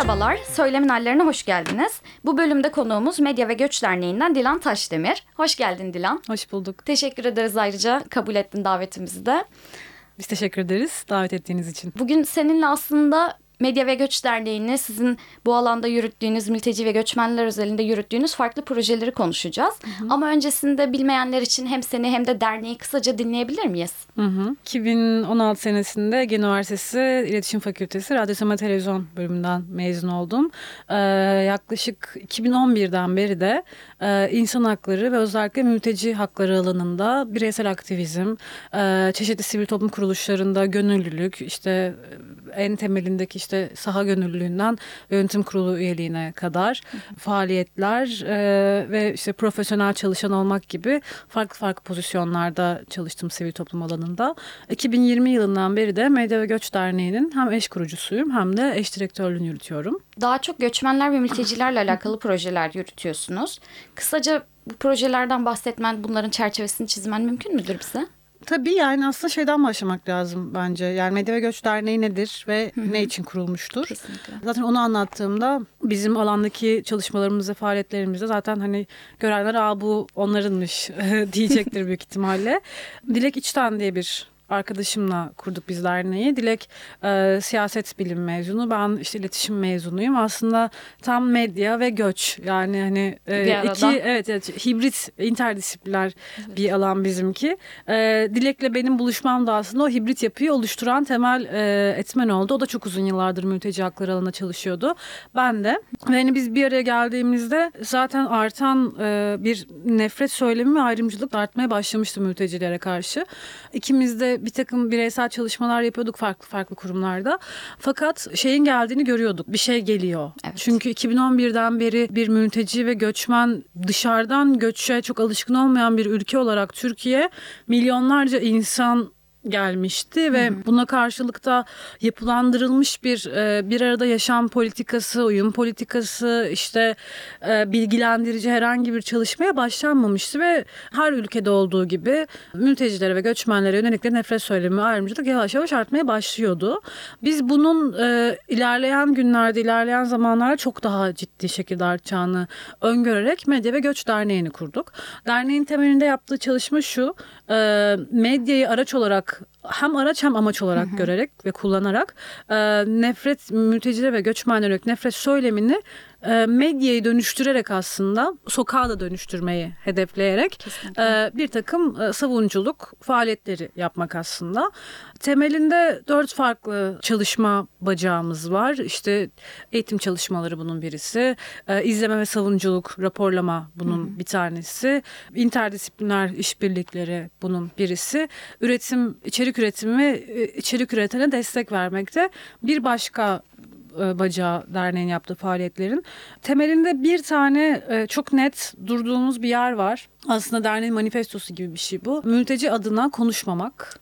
Merhabalar, Söylemin Hallerine hoş geldiniz. Bu bölümde konuğumuz Medya ve Göç Derneği'nden Dilan Taşdemir. Hoş geldin Dilan. Hoş bulduk. Teşekkür ederiz ayrıca kabul ettin davetimizi de. Biz teşekkür ederiz davet ettiğiniz için. Bugün seninle aslında Medya ve Göç Derneği'ni, sizin bu alanda yürüttüğünüz, mülteci ve göçmenler özelinde yürüttüğünüz farklı projeleri konuşacağız. Ama öncesinde bilmeyenler için hem seni hem de derneği kısaca dinleyebilir miyiz? 2016 senesinde Ege Üniversitesi İletişim Fakültesi Radyo Sinema Televizyon bölümünden mezun oldum. Yaklaşık 2011'den beri de insan hakları ve özellikle mülteci hakları alanında bireysel aktivizm, çeşitli sivil toplum kuruluşlarında gönüllülük, işte en temelindeki işte saha gönüllülüğünden yönetim kurulu üyeliğine kadar faaliyetler ve işte profesyonel çalışan olmak gibi farklı pozisyonlarda çalıştım sivil toplum alanında. 2020 yılından beri de Medya ve Göç Derneği'nin hem eş kurucusuyum hem de eş direktörlüğünü yürütüyorum. Daha çok göçmenler ve mültecilerle alakalı projeler yürütüyorsunuz. Kısaca bu projelerden bahsetmen, bunların çerçevesini çizmen mümkün müdür bize? Tabii yani aslında şeyden başlamak lazım bence. Yani Medya ve Göç Derneği nedir ve ne için kurulmuştur? Kesinlikle. Zaten onu anlattığımda bizim alandaki çalışmalarımızda, faaliyetlerimizde zaten hani görenler bu onlarınmış diyecektir büyük ihtimalle. Dilek İçten diye bir arkadaşımla kurduk biz derneği. Dilek siyaset bilim mezunu. Ben işte iletişim mezunuyum. Aslında tam medya ve göç. Yani hani iki hibrit interdisipliner bir alan bizimki. Dilek'le benim buluşmam da aslında o hibrit yapıyı oluşturan temel etmen oldu. O da çok uzun yıllardır mülteci hakları alanında çalışıyordu. Ben de. Ve hani biz bir araya geldiğimizde zaten artan bir nefret söylemi ve ayrımcılık artmaya başlamıştı mültecilere karşı. İkimiz de bir takım bireysel çalışmalar yapıyorduk farklı kurumlarda. Fakat şeyin geldiğini görüyorduk. Bir şey geliyor. Evet. Çünkü 2011'den beri bir mülteci ve göçmen, dışarıdan göçe çok alışkın olmayan bir ülke olarak Türkiye milyonlarca insan gelmişti ve buna karşılık da yapılandırılmış bir arada yaşam politikası, uyum politikası, işte bilgilendirici herhangi bir çalışmaya başlanmamıştı ve her ülkede olduğu gibi mültecilere ve göçmenlere yönelik de nefret söylemi, ayrımcılık yavaş yavaş artmaya başlıyordu. Biz bunun ilerleyen günlerde, ilerleyen zamanlarda çok daha ciddi şekilde artacağını öngörerek Medya ve Göç Derneği'ni kurduk. Derneğin temelinde yaptığı çalışma şu: medyayı araç olarak, hem araç hem amaç olarak görerek ve kullanarak nefret, mültecilere ve göçmenlere yönelik nefret söylemini medyayı dönüştürerek, aslında sokağa da dönüştürmeyi hedefleyerek bir takım savunuculuk faaliyetleri yapmak aslında. Temelinde 4 farklı çalışma bacağımız var. İşte eğitim çalışmaları bunun birisi, izleme ve savunuculuk, raporlama bunun bir tanesi, interdisipliner işbirlikleri bunun birisi, içerik üretimi ve içerik üretene destek vermekte bir başka bacağı derneğin yaptığı faaliyetlerin. Temelinde bir tane çok net durduğumuz bir yer var. Aslında derneğin manifestosu gibi bir şey bu. Mülteci adına konuşmamak.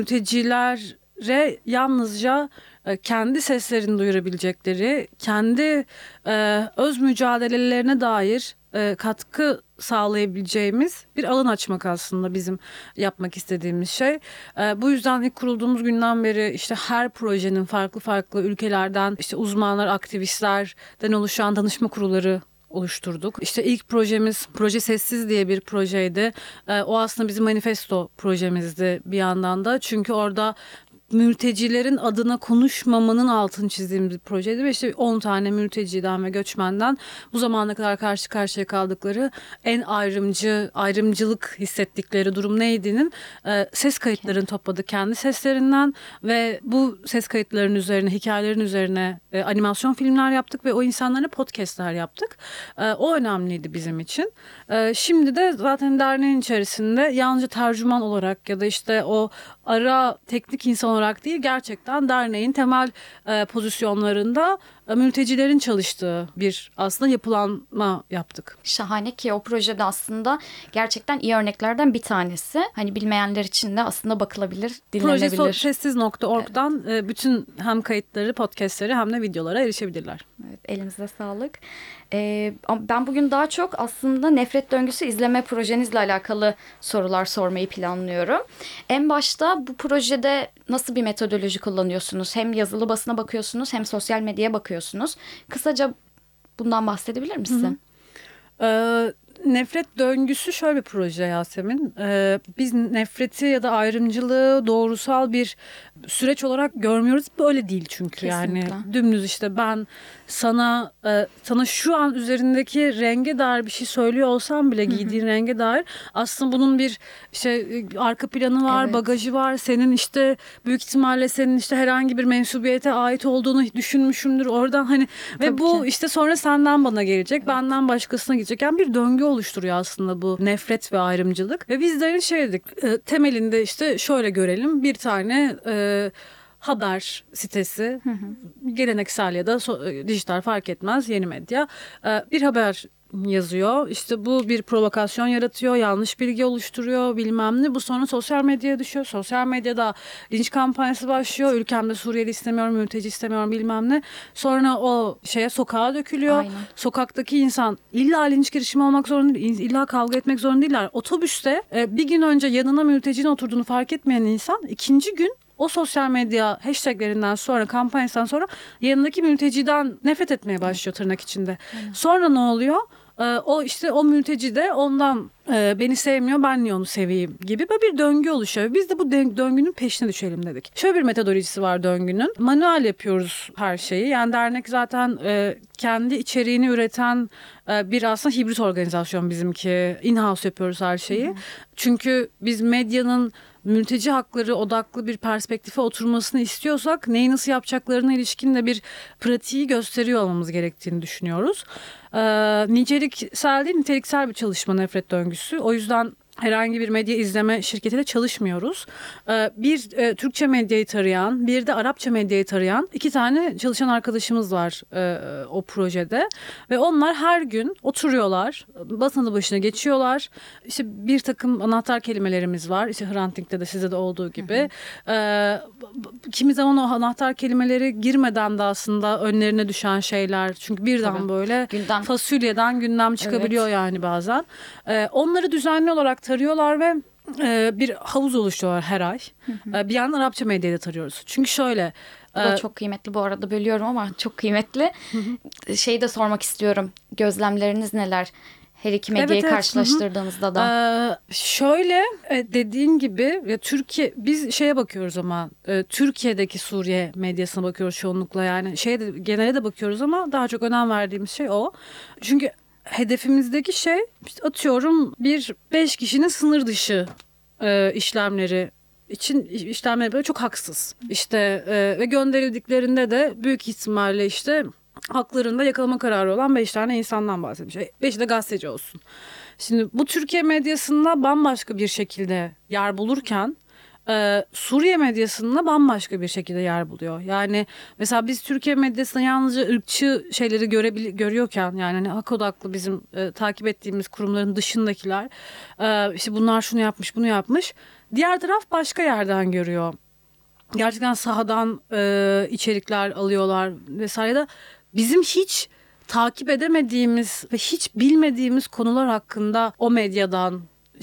Mültecilere yalnızca kendi seslerini duyurabilecekleri, kendi öz mücadelelerine dair katkı sağlayabileceğimiz bir alan açmak aslında bizim yapmak istediğimiz şey. Bu yüzden ilk kurulduğumuz günden beri işte her projenin farklı ülkelerden işte uzmanlar, aktivistlerden oluşan danışma kurulları oluşturduk. İşte ilk projemiz Proje Sessiz diye bir projeydi. O aslında bizim manifesto projemizdi bir yandan da. Çünkü orada mültecilerin adına konuşmamanın altını çizdiğimiz bir projeydi ve işte 10 tane mülteciden ve göçmenden bu zamana kadar karşı karşıya kaldıkları en ayrımcılık hissettikleri durum neydi'nin ses kayıtlarını topladık kendi seslerinden ve bu ses kayıtlarının üzerine, hikayelerin üzerine animasyon filmler yaptık ve o insanlara podcastler yaptık. O önemliydi bizim için. Şimdi de zaten derneğin içerisinde yalnızca tercüman olarak ya da işte o ara teknik insan olarak değil, gerçekten derneğin temel pozisyonlarında mültecilerin çalıştığı bir aslında yapılanma yaptık. Şahane, ki o projede aslında gerçekten iyi örneklerden bir tanesi. Hani bilmeyenler için de aslında bakılabilir, dinlenebilir. Projesessiz.org'dan bütün hem kayıtları, podcastleri hem de videolara erişebilirler. Evet, elinize sağlık. Ben bugün daha çok aslında nefret döngüsü izleme projenizle alakalı sorular sormayı planlıyorum. En başta bu projede nasıl bir metodoloji kullanıyorsunuz? Hem yazılı basına bakıyorsunuz hem sosyal medyaya bakıyorsunuz. yapıyorsunuz. Kısaca bundan bahsedebilir misin? Nefret döngüsü şöyle bir proje Yasemin. Biz nefreti ya da ayrımcılığı doğrusal bir süreç olarak görmüyoruz. Böyle değil çünkü. Kesinlikle. Yani dümdüz işte ben sana şu an üzerindeki renge dair bir şey söylüyor olsam bile giydiğin renge dair aslında bunun bir işte arka planı var, Evet. bagajı var. Senin işte büyük ihtimalle senin işte herhangi bir mensubiyete ait olduğunu düşünmüşümdür oradan hani ve Tabii bu ki. işte sonra senden bana gelecek, benden başkasına gidecek. Yani bir döngü oluşturuyor aslında bu nefret ve ayrımcılık. Ve biz de şey dedik, temelinde işte şöyle görelim, bir tane haber sitesi, geleneksel ya da dijital fark etmez, yeni medya bir haber yazıyor. İşte bu bir provokasyon yaratıyor, yanlış bilgi oluşturuyor, bilmem ne. Bu sonra sosyal medyaya düşüyor. Sosyal medyada linç kampanyası başlıyor. Ülkemde Suriyeli istemiyorum, mülteci istemiyorum, bilmem ne. Sonra o sokağa dökülüyor. Aynen. Sokaktaki insan illa linç girişimi olmak zorunda değil, illa kavga etmek zorunda değiller. Otobüste bir gün önce yanına mültecinin oturduğunu fark etmeyen insan ikinci gün o sosyal medya hashtaglerinden sonra, kampanyasından sonra yanındaki mülteciden nefret etmeye başlıyor tırnak içinde. Sonra ne oluyor? O işte o mülteci de ondan beni sevmiyor, ben niye onu seveyim gibi böyle bir döngü oluşuyor. Biz de bu döngünün peşine düşelim dedik. Şöyle bir metodolojisi var döngünün. Manuel yapıyoruz her şeyi. Yani dernek zaten kendi içeriğini üreten bir aslında hibrit organizasyon bizimki. In-house yapıyoruz her şeyi. Çünkü biz medyanın mülteci hakları odaklı bir perspektife oturmasını istiyorsak neyi nasıl yapacaklarına ilişkin de bir pratiği gösteriyor olmamız gerektiğini düşünüyoruz. Niceliksel değil, niteliksel bir çalışma nefret döngüsü. O yüzden herhangi bir medya izleme şirketiyle çalışmıyoruz. Bir Türkçe medyayı tarayan, bir de Arapça medyayı tarayan 2 tane çalışan arkadaşımız var o projede. Ve onlar her gün oturuyorlar, basını başına geçiyorlar. İşte bir takım anahtar kelimelerimiz var. İşte Hrant Dink'te de sizde de olduğu gibi. Kimi zaman o anahtar kelimeleri girmeden de aslında önlerine düşen şeyler. Çünkü birden Tabii. böyle Gündem. fasulyeden gündem çıkabiliyor yani bazen. Onları düzenli olarak tarıyorlar ve bir havuz oluşturuyorlar her ay. Bir yandan Arapça medyayı da tarıyoruz. Çünkü şöyle... Bu da çok kıymetli, bu arada bölüyorum ama çok kıymetli. Şeyi de sormak istiyorum. Gözlemleriniz neler? Her iki medyayı Evet. karşılaştırdığınızda da. Şöyle dediğin gibi ya Türkiye, biz şeye bakıyoruz ama Türkiye'deki Suriye medyasına bakıyoruz çoğunlukla, yani genele de bakıyoruz ama daha çok önem verdiğimiz şey o. Çünkü hedefimizdeki şey işte atıyorum 5 kişinin sınır dışı işlemleri için işlemleri böyle çok haksız. İşte ve gönderildiklerinde de büyük ihtimalle işte haklarında yakalama kararı olan 5 tane insandan bahsetmiş. 5'i de gazeteci olsun. Şimdi bu Türkiye medyasında bambaşka bir şekilde yer bulurken Suriye medyasında bambaşka bir şekilde yer buluyor. Yani mesela biz Türkiye medyasında yalnızca ırkçı şeyleri görüyorken, yani hani hak odaklı bizim takip ettiğimiz kurumların dışındakiler işte bunlar şunu yapmış, bunu yapmış. Diğer taraf başka yerden görüyor. Gerçekten sahadan içerikler alıyorlar vesaire de bizim hiç takip edemediğimiz ve hiç bilmediğimiz konular hakkında o medyadan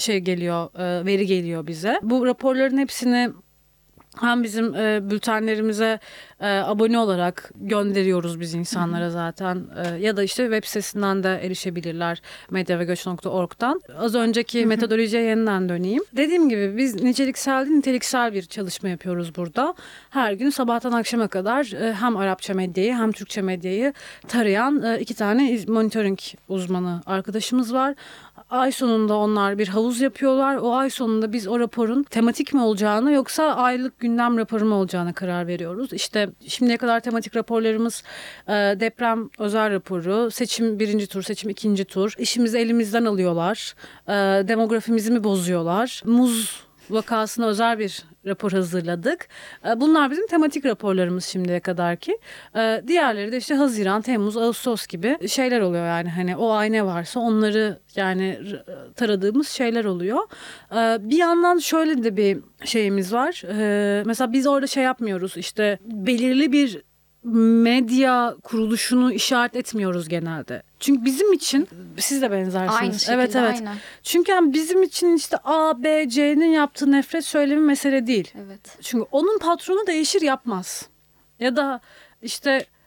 veri geliyor bize. Bu raporların hepsini hem bizim bültenlerimize abone olarak gönderiyoruz biz insanlara zaten. Ya da işte web sitesinden de erişebilirler, medyavegöç.org'dan. Az önceki metodolojiye yeniden döneyim. Dediğim gibi biz niceliksel değil, niteliksel bir çalışma yapıyoruz burada. Her gün sabahtan akşama kadar hem Arapça medyayı hem Türkçe medyayı tarayan 2 tane monitoring uzmanı arkadaşımız var. Ay sonunda onlar bir havuz yapıyorlar. O ay sonunda biz o raporun tematik mi olacağını yoksa aylık gündem raporu mu olacağına karar veriyoruz. İşte şimdiye kadar tematik raporlarımız deprem özel raporu, seçim 1. tur, seçim 2. tur. İşimizi elimizden alıyorlar. Demografimizi mi bozuyorlar? Muz vakasına özel bir rapor hazırladık. Bunlar bizim tematik raporlarımız şimdiye kadarki. Diğerleri de işte Haziran, Temmuz, Ağustos gibi şeyler oluyor, yani hani o ay ne varsa onları yani taradığımız şeyler oluyor. Bir yandan şöyle de bir şeyimiz var. Mesela biz orada şey yapmıyoruz, işte belirli bir medya kuruluşunu işaret etmiyoruz genelde. Çünkü bizim için siz de benzersiniz. Aynı şekilde, evet. aynen. Çünkü yani bizim için işte A, B, C'nin yaptığı nefret söylemi mesele değil. Evet. Çünkü onun patronu değişir yapmaz. Ya da işte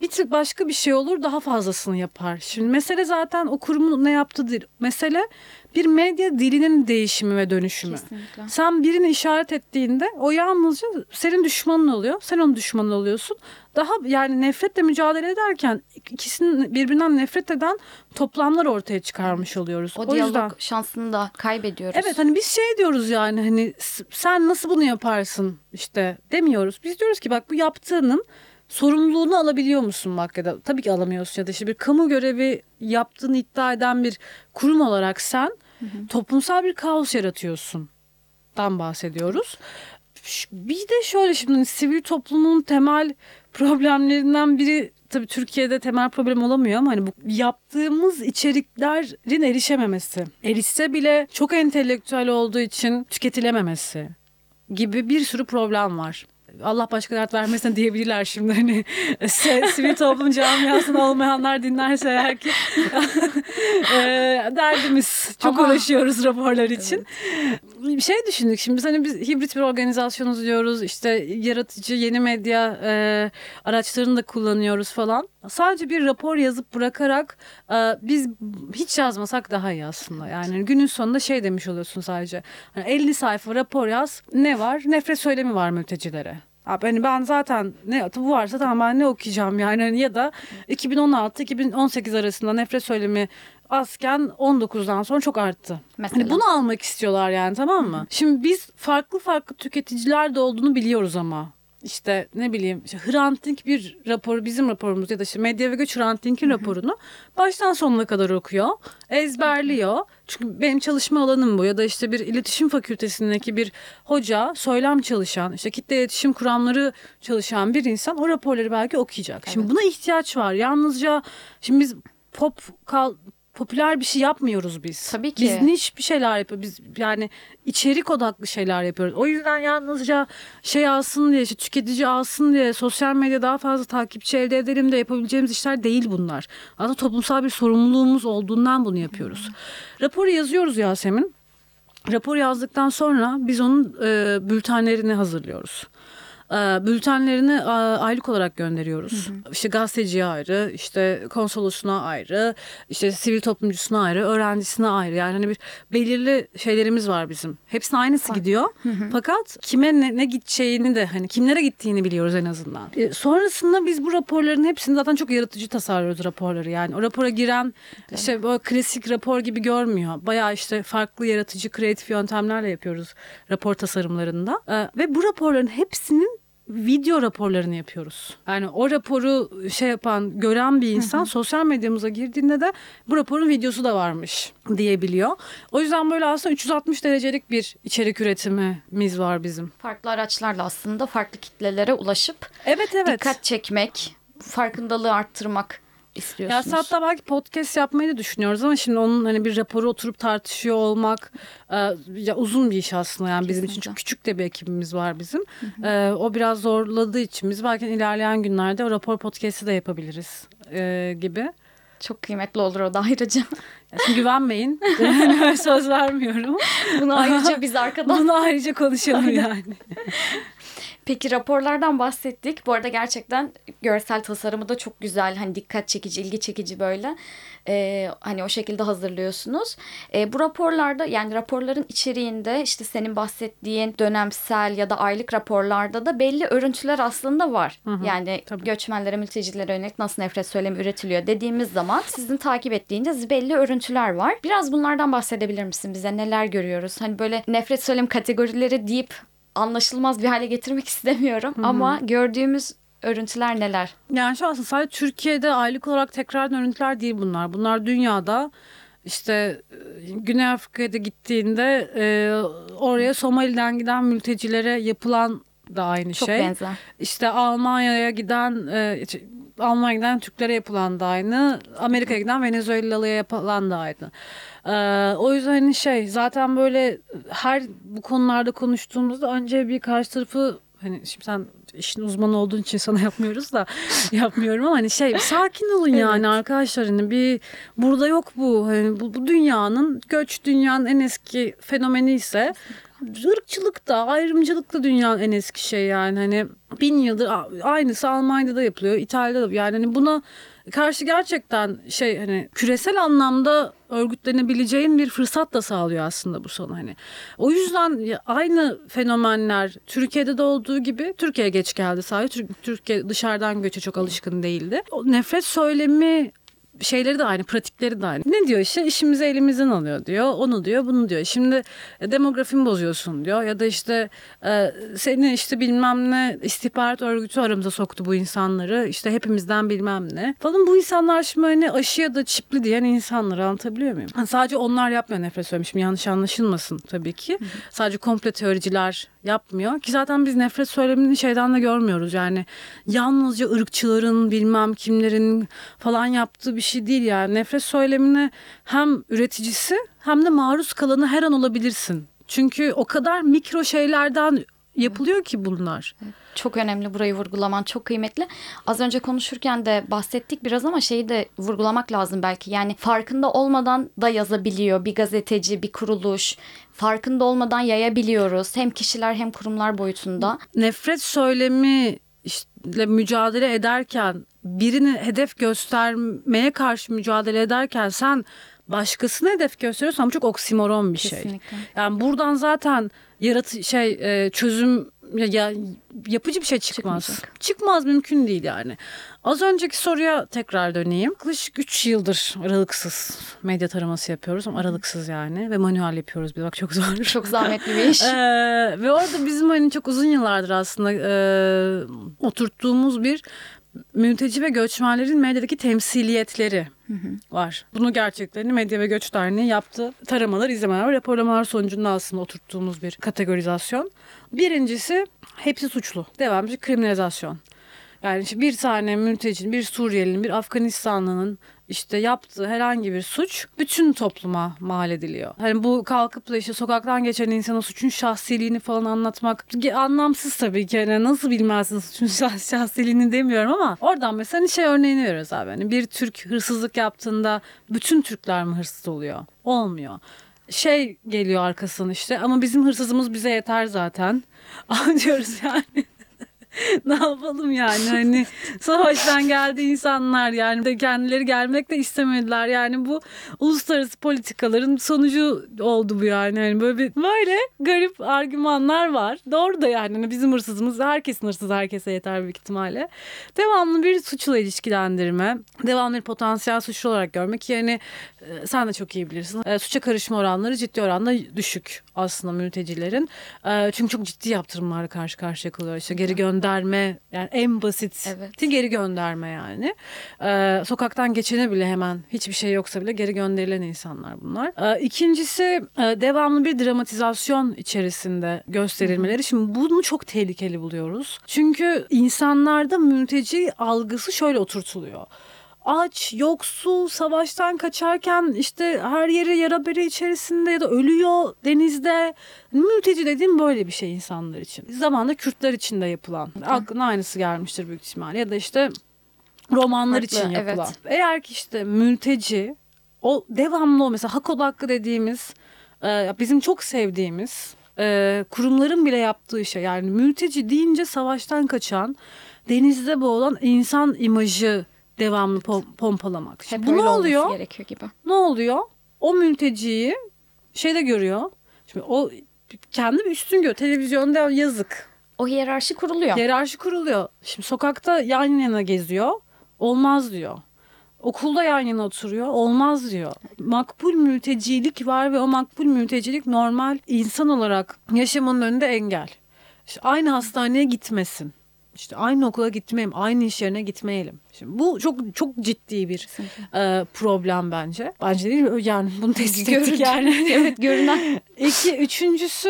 bir tık başka bir şey olur, daha fazlasını yapar. Şimdi mesele zaten o kurumun ne yaptığı değil. Mesele bir medya dilinin değişimi ve dönüşümü. Kesinlikle. Sen birini işaret ettiğinde o yalnızca senin düşmanın oluyor. Sen onun düşmanı oluyorsun. Daha yani nefretle mücadele ederken ikisinin birbirinden nefret eden toplamlar ortaya çıkarmış oluyoruz. O diyalog yüzden şansını da kaybediyoruz. evet, hani biz şey diyoruz yani, hani sen nasıl bunu yaparsın işte demiyoruz. Biz diyoruz ki bak, bu yaptığının sorumluluğunu alabiliyor musun bak, ya da tabii ki alamıyorsun, ya da işte bir kamu görevi yaptığını iddia eden bir kurum olarak sen toplumsal bir kaos yaratıyorsun dan bahsediyoruz. Bir de şöyle, şimdi sivil toplumun temel problemlerinden biri, tabii Türkiye'de temel problem olamıyor ama hani bu yaptığımız içeriklerin erişememesi. Erişse bile çok entelektüel olduğu için tüketilememesi gibi bir sürü problem var. Allah başka dert vermesin diyebilirler şimdi, hani sivil toplum camiasında olmayanlar dinlerse eğer ki derdimiz, çok uğraşıyoruz raporlar için. Bir şey düşündük şimdi, hani biz hibrit bir organizasyonuz diyoruz, işte yaratıcı yeni medya araçlarını da kullanıyoruz falan. Sadece bir rapor yazıp bırakarak biz hiç yazmasak daha iyi aslında. Yani günün sonunda şey demiş oluyorsun sadece. Hani 50 sayfa rapor yaz. Ne var? Nefret söylemi var mültecilere. Abi hani ben zaten ne bu varsa tamam, ben ne okuyacağım yani. Hani ya da 2016-2018 arasında nefret söylemi azken 19'dan sonra çok arttı. Mesela. Hani bunu almak istiyorlar yani, tamam mı? Şimdi biz farklı tüketiciler de olduğunu biliyoruz ama. İşte ne bileyim, işte Hrant Dink bir raporu, bizim raporumuz ya da işte Medya ve Göç Hrant Dink'in raporunu baştan sonuna kadar okuyor, ezberliyor. Çünkü benim çalışma alanım bu, ya da işte bir iletişim fakültesindeki bir hoca, söylem çalışan, işte kitle iletişim kuramları çalışan bir insan o raporları belki okuyacak. Şimdi buna ihtiyaç var. Yalnızca şimdi biz popüler bir şey yapmıyoruz biz. Tabii ki. Biz niş bir şeyler yapıyoruz. Biz yani içerik odaklı şeyler yapıyoruz. O yüzden yalnızca şey alsın diye, işte tüketici alsın diye sosyal medya daha fazla takipçi elde edelim de yapabileceğimiz işler değil bunlar. Aslında toplumsal bir sorumluluğumuz olduğundan bunu yapıyoruz. Raporu yazıyoruz Yasemin. Rapor yazdıktan sonra biz onun bültenlerini hazırlıyoruz. Bültenlerini aylık olarak gönderiyoruz. İşte gazeteciye ayrı, işte konsolosuna ayrı, işte sivil toplumcusuna ayrı, öğrencisine ayrı. Yani hani bir belirli şeylerimiz var bizim. Hepsine aynısı gidiyor. Fakat kime ne gideceğini de, hani kimlere gittiğini biliyoruz en azından. Sonrasında biz bu raporların hepsini zaten çok yaratıcı tasarlıyoruz raporları. Yani o rapora giren işte böyle klasik rapor gibi görmüyor. Bayağı işte farklı yaratıcı, kreatif yöntemlerle yapıyoruz rapor tasarımlarında. Ve bu raporların hepsinin video raporlarını yapıyoruz. Yani o raporu gören bir insan sosyal medyamıza girdiğinde de bu raporun videosu da varmış diyebiliyor. O yüzden böyle aslında 360 derecelik bir içerik üretimimiz var bizim. Farklı araçlarla aslında farklı kitlelere ulaşıp Evet. dikkat çekmek, farkındalığı arttırmak istiyorsunuz. Ya hatta belki podcast yapmayı da düşünüyoruz ama şimdi onun hani bir raporu oturup tartışıyor olmak ya uzun bir iş aslında, yani bizim için çok küçük de bir ekibimiz var bizim. O biraz zorladığı için biz belki ilerleyen günlerde o rapor podcast'i de yapabiliriz gibi. Çok kıymetli olur o da ayrıca. Şimdi güvenmeyin. Söz vermiyorum. Bunu ayrıca biz arkadan... Bunu ayrıca konuşalım yani. Peki raporlardan bahsettik. Bu arada gerçekten görsel tasarımı da çok güzel. Hani dikkat çekici, ilgi çekici böyle. Hani o şekilde hazırlıyorsunuz. Bu raporlarda, yani raporların içeriğinde işte senin bahsettiğin dönemsel ya da aylık raporlarda da belli örüntüler aslında var. Yani tabii. Göçmenlere, mültecilere yönelik nasıl nefret söylemi üretiliyor dediğimiz zaman sizin takip ettiğiniz belli örüntüler var. Biraz bunlardan bahsedebilir misin bize? Neler görüyoruz? Hani böyle nefret söylem kategorileri deyip anlaşılmaz bir hale getirmek istemiyorum. Ama gördüğümüz örüntüler neler? Yani şu aslında sadece Türkiye'de aylık olarak tekrardan örüntüler değil bunlar. Bunlar dünyada, işte Güney Afrika'ya da gittiğinde oraya Somali'den giden mültecilere yapılan da aynı çok şey. Çok benzer. İşte Almanya'ya giden Türklere yapılan da aynı. Amerika'ya giden Venezuelalı'ya yapılan da aynı. O yüzden hani zaten böyle her bu konularda konuştuğumuzda önce bir karşı tarafı, hani şimdi sen işin uzmanı olduğun için sana yapmıyorum ama hani sakin olun yani arkadaşlar, hani burada yok bu, hani bu dünyanın en eski fenomeni ise ırkçılık da, ayrımcılık da dünyanın en eski şey yani. Hani 1000 yıldır aynısı Almanya'da da yapılıyor, İtalya'da da. Yani hani buna karşı gerçekten hani küresel anlamda örgütlenebileceğin bir fırsat da sağlıyor aslında bu sana hani. O yüzden aynı fenomenler Türkiye'de de olduğu gibi Türkiye'ye geç geldi sadece. Türkiye dışarıdan göçe çok alışkın değildi. O nefret söylemi şeyleri de aynı, pratikleri de aynı. Ne diyor işte? İşimizi elimizden alıyor diyor. Onu diyor, bunu diyor. Şimdi demografimi bozuyorsun diyor. Ya da işte seni işte bilmem ne istihbarat örgütü aramıza soktu bu insanları. İşte hepimizden bilmem ne. Falan bu insanlar şimdi hani aşı ya da çipli diyen insanlar, anlatabiliyor muyum? Yani sadece onlar yapmıyor nefret söylemişim. Yanlış anlaşılmasın tabii ki. Sadece komple teoriciler yapmıyor. Ki zaten biz nefret söylemini şeyden de görmüyoruz. Yani yalnızca ırkçıların bilmem kimlerin falan yaptığı bir şey değil yani. Nefret söylemine hem üreticisi hem de maruz kalanı her an olabilirsin. Çünkü o kadar mikro şeylerden yapılıyor ki bunlar. Çok önemli, burayı vurgulaman çok kıymetli. Az önce konuşurken de bahsettik biraz ama şeyi de vurgulamak lazım belki. Yani farkında olmadan da yazabiliyor bir gazeteci, bir kuruluş. Farkında olmadan yayabiliyoruz. Hem kişiler hem kurumlar boyutunda. Nefret söylemi ile mücadele ederken, birini hedef göstermeye karşı mücadele ederken sen başkasına hedef gösteriyorsan bu çok oksimoron bir şey. Kesinlikle. Yani buradan zaten çözüm yapıcı bir şey çıkmaz. Çıkmayacak. Çıkmaz, mümkün değil yani. Az önceki soruya tekrar döneyim. Yaklaşık 3 yıldır aralıksız medya taraması yapıyoruz ama aralıksız yani ve manuel yapıyoruz. Bir bak çok zor. Çok zahmetli bir iş. Ve orada bizim hani çok uzun yıllardır aslında oturttuğumuz bir mülteci ve göçmenlerin medyadaki temsiliyetleri var. Bunu gerçeklerini Medya ve Göç Derneği yaptı. Taramalar, izlemeler ve raporlamalar sonucunda aslında oturttuğumuz bir kategorizasyon. Birincisi hepsi suçlu. Devamlı kriminalizasyon. Yani işte bir tane mültecinin, bir Suriyelinin, bir Afganistanlının işte yaptığı herhangi bir suç bütün topluma mal ediliyor. Hani bu kalkıp da işte sokaktan geçen insana suçun şahsiliğini falan anlatmak anlamsız tabii ki. Yani nasıl bilmezsin suçun şahsiliğini demiyorum ama oradan mesela örneğini veriyoruz abi. Hani bir Türk hırsızlık yaptığında bütün Türkler mi hırsız oluyor? Olmuyor. Geliyor arkasından işte ama bizim hırsızımız bize yeter zaten. Diyoruz yani. Ne yapalım yani hani savaştan geldi insanlar yani de kendileri gelmek de istemediler yani bu uluslararası politikaların sonucu oldu bu yani hani böyle garip argümanlar var. Doğru da yani hani bizim hırsızımız herkesin hırsızı herkese yeter büyük ihtimalle. Devamlı bir suçla ilişkilendirme, devamlı bir potansiyel suçlu olarak görmek yani sen de çok iyi bilirsin. Suça karışma oranları ciddi oranda düşük aslında mültecilerin. Çünkü çok ciddi yaptırımlarla karşı karşıya kalıyor. İşte geri gönderme yani en basit geri gönderme yani. Sokaktan geçene bile hemen hiçbir şey yoksa bile geri gönderilen insanlar bunlar. İkincisi devamlı bir dramatizasyon içerisinde gösterilmeleri. Şimdi bunu çok tehlikeli buluyoruz. Çünkü insanlarda mülteci algısı şöyle oturtuluyor. Aç, yoksul, savaştan kaçarken işte her yeri yara bere içerisinde ya da ölüyor denizde. Mülteci dediğim böyle bir şey insanlar için. Zamanında Kürtler için de yapılan. Aklına aynısı gelmiştir büyük ihtimalle. Ya da işte romanlar farklı, için yapılan. Evet. Eğer ki işte mülteci o devamlı mesela hak odaklı dediğimiz bizim çok sevdiğimiz kurumların bile yaptığı şey. Yani mülteci deyince savaştan kaçan, denizde boğulan insan imajı devamlı pompalamak. Hep bu ne oluyor? Gerekiyor gibi. Ne oluyor? O mülteciyi görüyor. Şimdi o kendi bir üstün görüyor. Televizyonda yazık. O hiyerarşi kuruluyor. Hiyerarşi kuruluyor. Şimdi sokakta yan yana geziyor. Olmaz diyor. Okulda yan yana oturuyor. Olmaz diyor. Makbul mültecilik var ve o makbul mültecilik normal insan olarak yaşamanın önünde engel. İşte aynı hastaneye gitmesin. İşte aynı okula gitmeyelim, aynı iş yerine gitmeyelim. Şimdi bu çok çok ciddi bir problem bence. Bence değil mi? Yani bunu tespit ettik yani. Evet, görünen. Üçüncüsü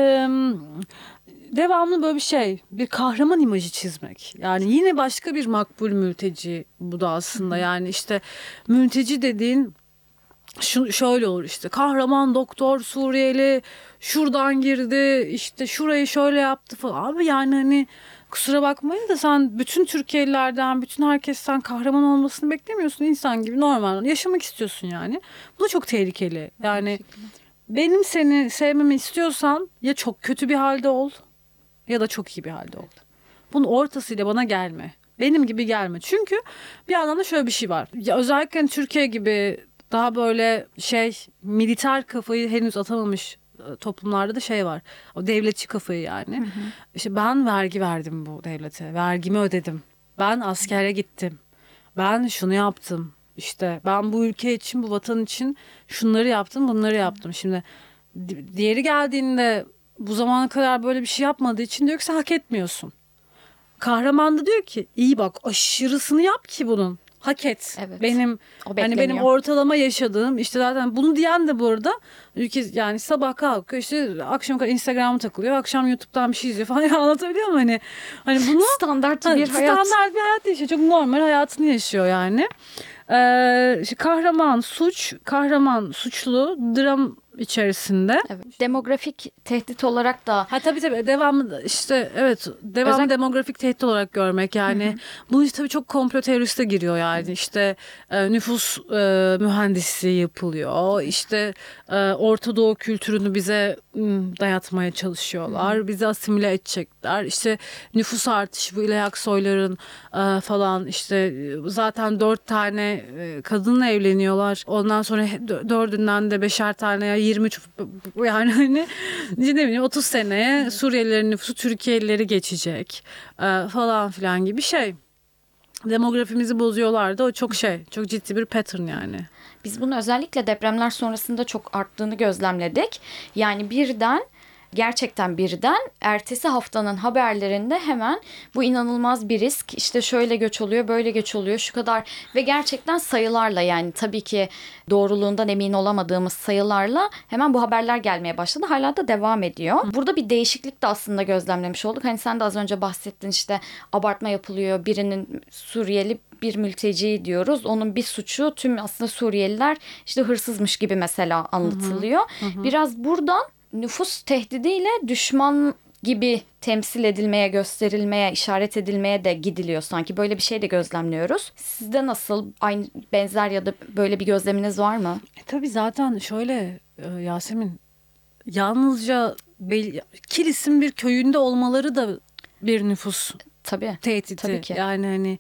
devamlı böyle bir kahraman imajı çizmek. Yani yine başka bir makbul mülteci bu da aslında. Yani işte mülteci dediğin şöyle olur işte kahraman doktor Suriyeli şuradan girdi işte şurayı şöyle yaptı falan. Abi yani hani kusura bakmayın da sen bütün Türkiye'lilerden, bütün herkesten kahraman olmasını beklemiyorsun. İnsan gibi normal yaşamak istiyorsun yani. Bu da çok tehlikeli. Yani benim seni sevmemi istiyorsan ya çok kötü bir halde ol ya da çok iyi bir halde ol. bunun ortasıyla bana gelme. Benim gibi gelme. Çünkü bir yandan da şöyle bir şey var. Ya özellikle hani Türkiye gibi daha böyle militer kafayı henüz atamamış toplumlarda da şey var. O devletçi kafayı yani. İşte ben vergi verdim bu devlete. Vergimi ödedim. Ben askere gittim. Ben şunu yaptım. İşte ben bu ülke için, bu vatan için şunları yaptım, bunları yaptım. Şimdi diğeri geldiğinde bu zamana kadar böyle bir şey yapmadığı için diyor ki sen hak etmiyorsun. Kahraman da diyor ki iyi bak aşırısını yap ki bunun. Hak et. Evet. Benim benim ortalama yaşadığım işte zaten bunu diyen de bu arada ülke yani sabah kalkıyor işte akşam kadar Instagram'a takılıyor. Akşam YouTube'dan bir şey izliyor falan. Ya anlatabiliyor muyum hani bunu standart bir hayat. Standart bir hayat yaşıyor. Çok normal hayatını yaşıyor yani. Kahraman suçlu dram içerisinde. Evet. Demografik tehdit olarak da. Tabii devamlı işte evet demografik tehdit olarak görmek yani. Bu işte tabii çok komplo teröriste giriyor yani. İşte nüfus mühendisliği yapılıyor. İşte Orta Doğu kültürünü bize dayatmaya çalışıyorlar. Bizi asimile edecekler. İşte nüfus artışı bu İlay Aksoy'ların falan işte zaten 4 tane kadınla evleniyorlar. Ondan sonra 4'ünden de 5'er tane 23 yani hani ne bileyim 30 seneye Suriyelilerin nüfusu Türkiye'lileri geçecek falan filan gibi şey. Demografimizi bozuyorlar da o çok çok ciddi bir pattern yani. Biz bunu özellikle depremler sonrasında çok arttığını gözlemledik. Yani gerçekten birden ertesi haftanın haberlerinde hemen bu inanılmaz bir risk işte şöyle göç oluyor böyle göç oluyor şu kadar ve gerçekten sayılarla yani tabii ki doğruluğundan emin olamadığımız sayılarla hemen bu haberler gelmeye başladı. Hala da devam ediyor. Burada bir değişiklik de aslında gözlemlemiş olduk. Hani sen de az önce bahsettin işte abartma yapılıyor birinin Suriyeli bir mülteci diyoruz. Onun bir suçu tüm aslında Suriyeliler işte hırsızmış gibi mesela anlatılıyor. Biraz buradan nüfus tehdidiyle düşman gibi temsil edilmeye, gösterilmeye, işaret edilmeye de gidiliyor sanki. Böyle bir şey de gözlemliyoruz. Sizde nasıl aynı benzer ya da böyle bir gözleminiz var mı? Tabii zaten şöyle Yasemin yalnızca Kilis'in bir köyünde olmaları da bir nüfus tehdidi. Tabii ki. Yani hani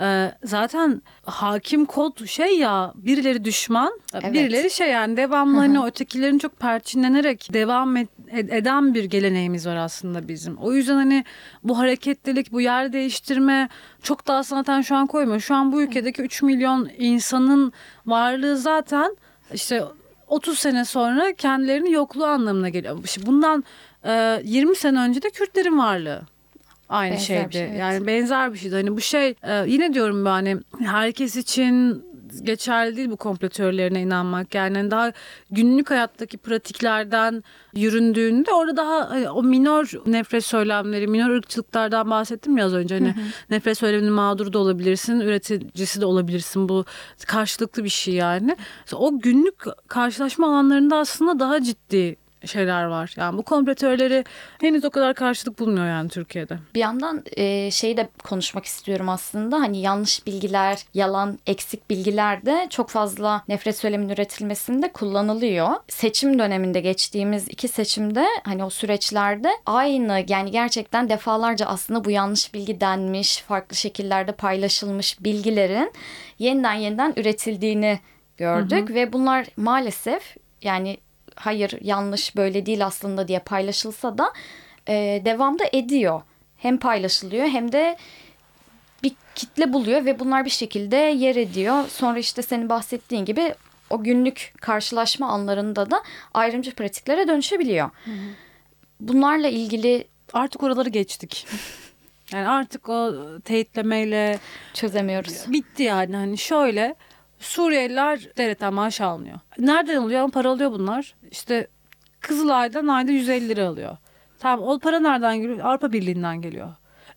zaten hakim kod ya birileri düşman, birileri yani devamlı hani ötekilerin çok perçinlenerek devam eden bir geleneğimiz var aslında bizim. O yüzden hani bu hareketlilik, bu yer değiştirme çok daha zaten şu an koymuyor. Şu an bu ülkedeki 3 milyon insanın varlığı zaten işte 30 sene sonra kendilerinin yokluğu anlamına geliyor. Bundan 20 sene önce de Kürtlerin varlığı. Aynı benzer şeydi. Bir şey, evet. Yani benzer bir şeydi. Hani bu yine diyorum ben hani herkes için geçerli değil bu komplo teorilerine inanmak. Yani daha günlük hayattaki pratiklerden yüründüğünde orada daha o minor nefret söylemleri, minor ırkçılıklardan bahsettim ya az önce. Hani nefret söyleminin mağduru da olabilirsin, üreticisi de olabilirsin. Bu karşılıklı bir şey yani. O günlük karşılaşma alanlarında aslında daha ciddi şeyler var. Yani bu komplo teorileri henüz o kadar karşılık bulmuyor yani Türkiye'de. Bir yandan şeyi de konuşmak istiyorum aslında. Hani yanlış bilgiler, yalan, eksik bilgiler de çok fazla nefret söyleminin üretilmesinde kullanılıyor. Seçim döneminde geçtiğimiz 2 seçimde hani o süreçlerde aynı yani gerçekten defalarca aslında bu yanlış bilgi denmiş, farklı şekillerde paylaşılmış bilgilerin yeniden üretildiğini gördük. Ve bunlar maalesef yani hayır yanlış böyle değil aslında diye paylaşılsa da devamda ediyor. Hem paylaşılıyor hem de bir kitle buluyor ve bunlar bir şekilde yer ediyor. Sonra işte senin bahsettiğin gibi o günlük karşılaşma anlarında da ayrımcı pratiklere dönüşebiliyor. Bunlarla ilgili artık oraları geçtik. Yani artık o teyitlemeyle çözemiyoruz. Bitti yani hani şöyle Suriyeliler devletten maaş almıyor. Nereden alıyor? Ama para alıyor bunlar. İşte Kızılay'dan ayda 150 lira alıyor. Tamam o para nereden geliyor? Avrupa Birliği'nden geliyor.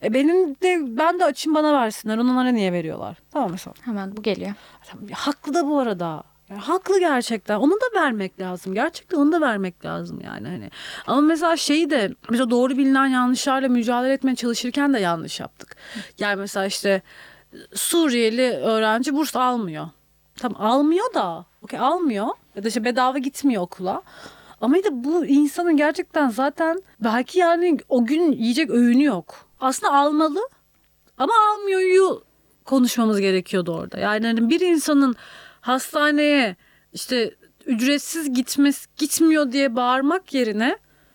Ben de açayım bana versinler. Onlara niye veriyorlar? Tamam mesela. Hemen bu geliyor. Haklı da bu arada. Yani haklı gerçekten. Onu da vermek lazım. Gerçekten onu da vermek lazım yani hani. Ama mesela mesela doğru bilinen yanlışlarla mücadele etmeye çalışırken de yanlış yaptık. Yani mesela işte Suriyeli öğrenci burs almıyor. Tamam almıyor da. Okey almıyor. Ya da işte bedava gitmiyor okula. Ama bu insanın gerçekten zaten belki yani o gün yiyecek öğünü yok. aslında almalı ama almıyor'yu konuşmamız gerekiyordu orada. Yani hani bir insanın hastaneye işte ücretsiz gitmiyor diye bağırmak yerine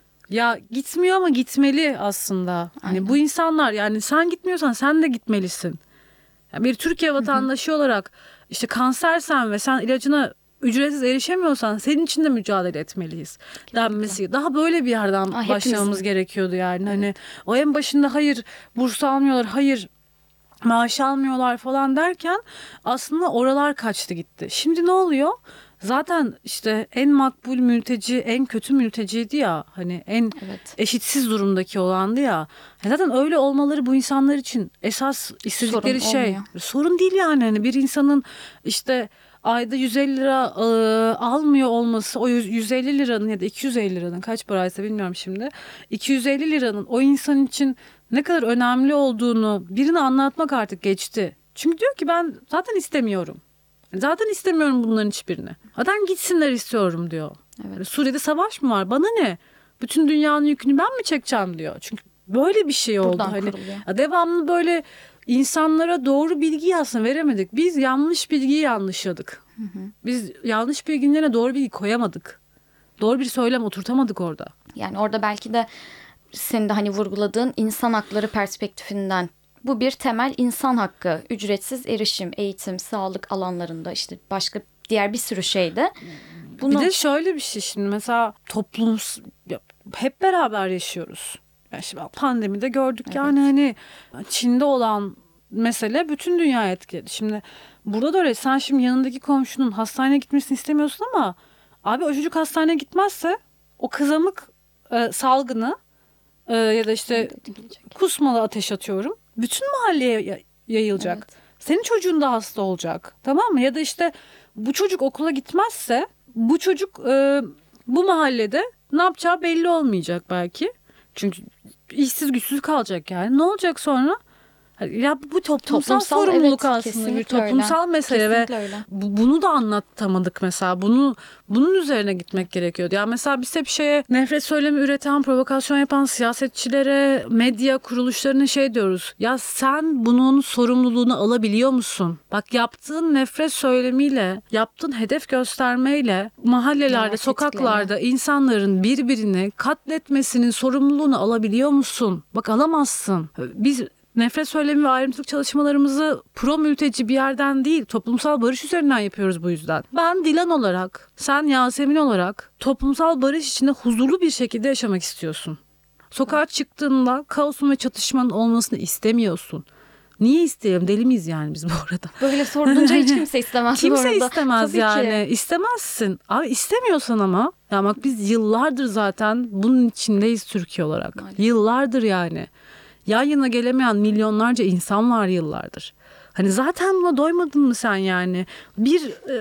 ya gitmiyor ama gitmeli aslında. Hani bu insanlar, yani sen gitmiyorsan sen de gitmelisin. Yani bir Türkiye vatandaşı olarak işte kansersen ve sen ilacına ücretsiz erişemiyorsan senin için de mücadele etmeliyiz denmesi. Daha böyle bir yerden başlamamız gerekiyordu yani. Hani o en başında hayır burs almıyorlar, hayır maaş almıyorlar falan derken aslında oralar kaçtı gitti. Şimdi ne oluyor? Zaten işte en makbul mülteci en kötü mülteciydi ya, hani en eşitsiz durumdaki olandı ya. Zaten öyle olmaları bu insanlar için esas istedikleri sorun değil yani. Hani bir insanın işte ayda 150 lira almıyor olması, o 150 liranın ya da 250 liranın kaç paraysa bilmiyorum şimdi, 250 liranın o insan için ne kadar önemli olduğunu birine anlatmak artık geçti. Çünkü diyor ki ben zaten istemiyorum. Zaten istemiyorum bunların hiçbirini. Zaten gitsinler istiyorum diyor. Evet. Suriye'de savaş mı var? Bana ne? Bütün dünyanın yükünü ben mi çekeceğim diyor. Çünkü böyle bir şey oldu. Hani devamlı böyle insanlara doğru bilgiyi aslında veremedik. Biz yanlış bilgiyi yanlışladık. Biz yanlış bilgilerine doğru bilgi koyamadık. Doğru bir söylem oturtamadık orada. Yani orada belki de senin de hani vurguladığın insan hakları perspektifinden, bu bir temel insan hakkı. Ücretsiz erişim, eğitim, sağlık alanlarında, işte başka diğer bir sürü şeyde. Bir de şöyle bir şey, şimdi mesela toplum hep beraber yaşıyoruz. Yani şimdi pandemide gördük yani hani Çin'de olan mesele bütün dünyayı etkiledi. Şimdi burada da öyle, sen şimdi yanındaki komşunun hastaneye gitmesini istemiyorsun ama abi o çocuk hastaneye gitmezse o kızamık salgını ya da işte kusmalı ateş atıyorum, bütün mahalleye yayılacak. Evet. Senin çocuğun da hasta olacak. Tamam mı? Ya da işte bu çocuk okula gitmezse bu çocuk bu mahallede ne yapacağı belli olmayacak belki. Çünkü işsiz güçsüz kalacak yani. Ne olacak sonra? Ya bu toplumsal sorumluluk aslında, bir toplumsal öyle. Mesele kesinlikle ve öyle. Bunu da anlatamadık mesela. Bunun üzerine gitmek gerekiyordu. Yani mesela biz hep nefret söylemi üreten, provokasyon yapan siyasetçilere, medya kuruluşlarına diyoruz. Ya sen bunun sorumluluğunu alabiliyor musun? Bak, yaptığın nefret söylemiyle, yaptığın hedef göstermeyle mahallelerde, sokaklarda insanların birbirini katletmesinin sorumluluğunu alabiliyor musun? Bak, alamazsın. Biz nefret söylemi ve ayrımcılık çalışmalarımızı pro mülteci bir yerden değil, toplumsal barış üzerinden yapıyoruz bu yüzden. Ben Dilan olarak, sen Yasemin olarak toplumsal barış içinde huzurlu bir şekilde yaşamak istiyorsun. Sokağa çıktığında kaosun ve çatışmanın olmasını istemiyorsun. Niye isteyelim? Deli miyiz yani biz bu arada? Böyle sorulunca hiç kimse istemez. Kimse istemez tabii yani. Ki. İstemezsin. Abi istemiyorsan ama. Ya bak, biz yıllardır zaten bunun içindeyiz Türkiye olarak. Aynen. Yıllardır yani. Yan yana gelemeyen milyonlarca insan var yıllardır. Hani zaten buna doymadın mı sen yani? Bir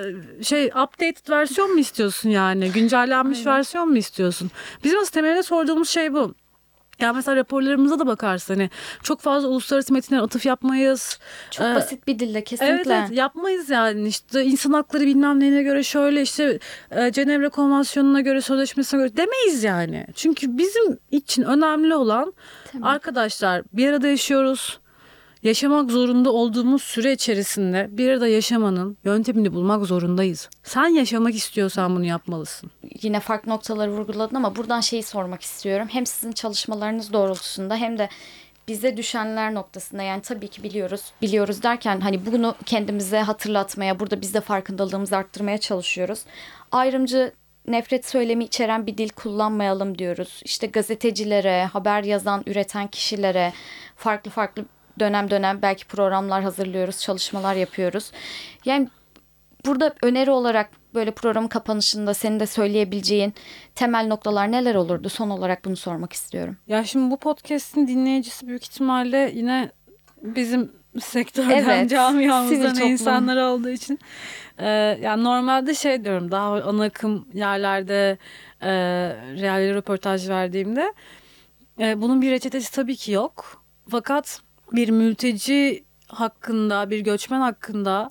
updated versiyon mu istiyorsun yani? Güncellenmiş versiyon mu istiyorsun? Bizim aslında temelde sorduğumuz şey bu. Ya mesela raporlarımıza da bakarsın, hani çok fazla uluslararası metinlere atıf yapmayız. Çok basit bir dille kesinlikle. Evet, yapmayız yani, işte insan hakları bilmem neyine göre şöyle, işte Cenevre Konvansiyonu'na göre, sözleşmesine göre demeyiz yani. Çünkü bizim için önemli olan arkadaşlar, bir arada yaşıyoruz. Yaşamak zorunda olduğumuz süre içerisinde bir arada yaşamanın yöntemini bulmak zorundayız. Sen yaşamak istiyorsan bunu yapmalısın. Yine farklı noktaları vurguladın ama buradan sormak istiyorum. Hem sizin çalışmalarınız doğrultusunda hem de bize düşenler noktasında, yani tabii ki biliyoruz derken hani bunu kendimize hatırlatmaya, burada biz de farkındalığımızı arttırmaya çalışıyoruz. Ayrımcı, nefret söylemi içeren bir dil kullanmayalım diyoruz. İşte gazetecilere, haber yazan, üreten kişilere farklı dönem belki programlar hazırlıyoruz, çalışmalar yapıyoruz. Yani burada öneri olarak böyle programın kapanışında senin de söyleyebileceğin temel noktalar neler olurdu? Son olarak bunu sormak istiyorum. Ya şimdi bu podcast'in dinleyicisi büyük ihtimalle yine bizim sektörden, camiamızdan insanlar olduğu için. Yani normalde diyorum, daha ana akım yerlerde reality röportaj verdiğimde bunun bir reçetesi tabii ki yok. Fakat bir mülteci hakkında, bir göçmen hakkında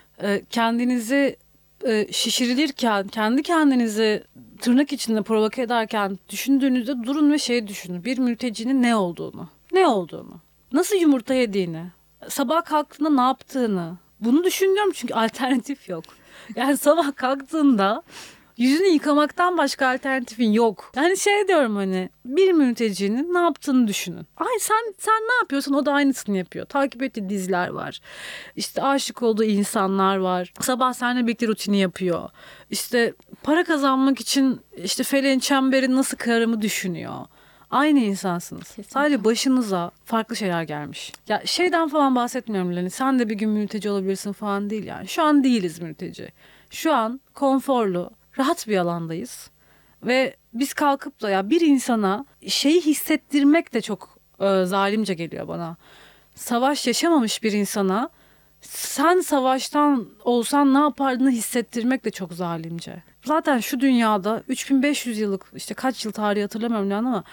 kendinizi şişirilirken, kendi kendinizi tırnak içinde provoke ederken düşündüğünüzde durun ve düşünün. Bir mültecinin ne olduğunu. ne olduğunu, nasıl yumurta yediğini, sabah kalktığında ne yaptığını, bunu düşünüyorum çünkü alternatif yok. Yani sabah kalktığında yüzünü yıkamaktan başka alternatifin yok. Yani şey diyorum, hani bir mültecinin ne yaptığını düşünün. Ay sen ne yapıyorsan o da aynısını yapıyor. Takip ettiği diziler var. İşte aşık olduğu insanlar var. Sabah seninle birlikte rutini yapıyor. İşte para kazanmak için işte feleğin çemberini nasıl kırarımı düşünüyor. Aynı insansınız. Kesinlikle. Sadece başınıza farklı şeyler gelmiş. Ya şeyden falan bahsetmiyorum Lani. Sen de bir gün mülteci olabilirsin falan değil yani. Şu an değiliz mülteci. Şu an konforlu, rahat bir alandayız. Ve biz kalkıp da ya bir insana şeyi hissettirmek de çok zalimce geliyor bana. Savaş yaşamamış bir insana sen savaştan olsan ne yapardığını hissettirmek de çok zalimce. Zaten şu dünyada 3500 yıllık, işte kaç yıl tarihi hatırlamıyorum yani, ama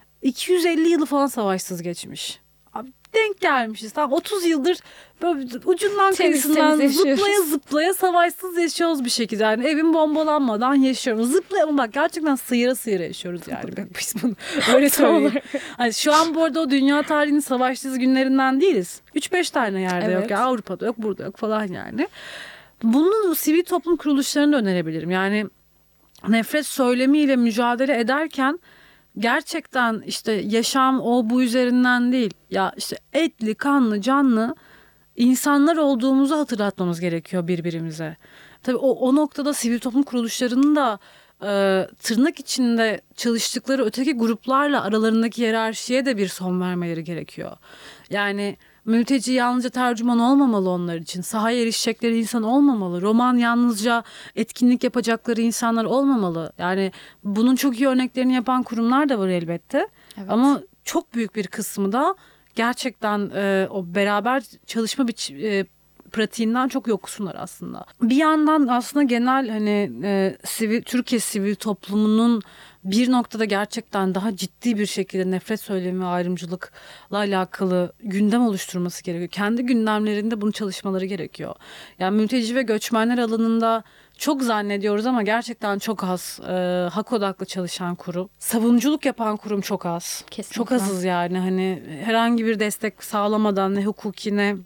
250 yılı falan savaşsız geçmiş. Abi denk gelmişiz. Tamam, 30 yıldır böyle ucundan kıyısından zıplaya zıplaya savaşsız yaşıyoruz bir şekilde. Yani evim bombalanmadan yaşıyoruz. Zıplaya, ama bak gerçekten sıyıra sıyıra yaşıyoruz yani. Bak biz bunu öyle söyleyeyim. Hani şu an bu arada o dünya tarihinin savaşsız günlerinden değiliz. 3-5 tane yerde yok. Yani Avrupa'da yok, burada yok falan yani. Bunu sivil toplum kuruluşlarına önerebilirim. Yani nefret söylemiyle mücadele ederken gerçekten işte yaşam o bu üzerinden değil. Ya işte etli, kanlı, canlı insanlar olduğumuzu hatırlatmamız gerekiyor birbirimize. Tabii o noktada sivil toplum kuruluşlarının da tırnak içinde çalıştıkları öteki gruplarla aralarındaki hiyerarşiye de bir son vermeleri gerekiyor. Yani mülteci yalnızca tercüman olmamalı onlar için. Sahaya erişecekleri insan olmamalı. Roman yalnızca etkinlik yapacakları insanlar olmamalı. Yani bunun çok iyi örneklerini yapan kurumlar da var elbette. Evet. Ama çok büyük bir kısmı da gerçekten o beraber çalışma pratiğinden çok yoksunlar aslında. Bir yandan aslında genel hani Türkiye sivil toplumunun bir noktada gerçekten daha ciddi bir şekilde nefret söylemi ve ayrımcılıkla alakalı gündem oluşturması gerekiyor. Kendi gündemlerinde bunu çalışmaları gerekiyor. Yani mülteci ve göçmenler alanında çok zannediyoruz ama gerçekten çok az hak odaklı çalışan kurum. Savunuculuk yapan kurum çok az. Kesinlikle. Çok azız yani, hani herhangi bir destek sağlamadan, ne hukuki ne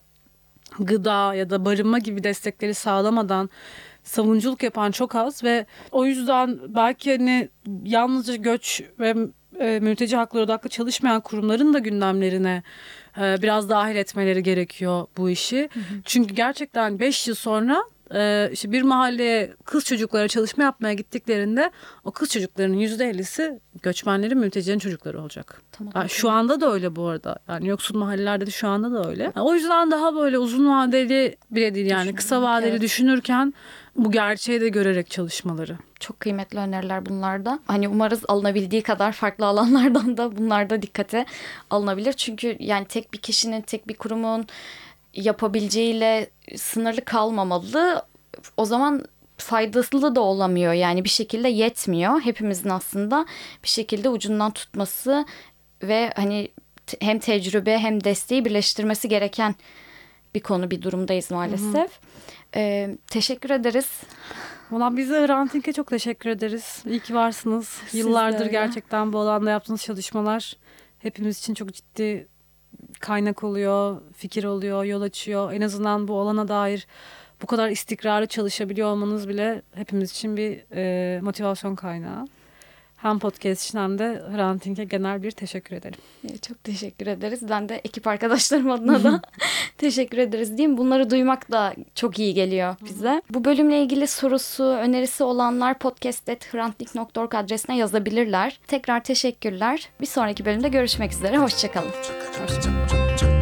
gıda ya da barınma gibi destekleri sağlamadan savunuculuk yapan çok az ve o yüzden belki hani yalnızca göç ve mülteci hakları odaklı çalışmayan kurumların da gündemlerine biraz dahil etmeleri gerekiyor bu işi. Hı hı. Çünkü gerçekten 5 yıl sonra işte bir mahalleye kız çocuklara çalışma yapmaya gittiklerinde o kız çocuklarının %50'si göçmenlerin, mültecilerin çocukları olacak. Tamam. Yani şu anda da öyle bu arada. Yani yoksul mahallelerde de şu anda da öyle. Yani o yüzden daha böyle uzun vadeli bile değil yani kısa vadeli düşünürken bu gerçeği de görerek çalışmaları. Çok kıymetli öneriler bunlar da. Hani umarız alınabildiği kadar farklı alanlardan da bunlar da dikkate alınabilir. Çünkü yani tek bir kişinin, tek bir kurumun yapabileceğiyle sınırlı kalmamalı. O zaman faydasız da olamıyor. Yani bir şekilde yetmiyor. Hepimizin aslında bir şekilde ucundan tutması ve hani hem tecrübe hem desteği birleştirmesi gereken bir konu, bir durumdayız maalesef. Teşekkür ederiz. Valla biz de Hrant Dink'e çok teşekkür ederiz. İyi ki varsınız. Yıllardır gerçekten bu alanda yaptığınız çalışmalar hepimiz için çok ciddi kaynak oluyor, fikir oluyor, yol açıyor. En azından bu alana dair bu kadar istikrarlı çalışabiliyor olmanız bile hepimiz için bir motivasyon kaynağı. Hem podcast için hem de Hrant Dink'e genel bir teşekkür ederim. Çok teşekkür ederiz. Ben de ekip arkadaşlarım adına da teşekkür ederiz diyeyim. Bunları duymak da çok iyi geliyor bize. Bu bölümle ilgili sorusu, önerisi olanlar podcast@hrantdink.org adresine yazabilirler. Tekrar teşekkürler. Bir sonraki bölümde görüşmek üzere. Hoşçakalın. Hoşçakalın.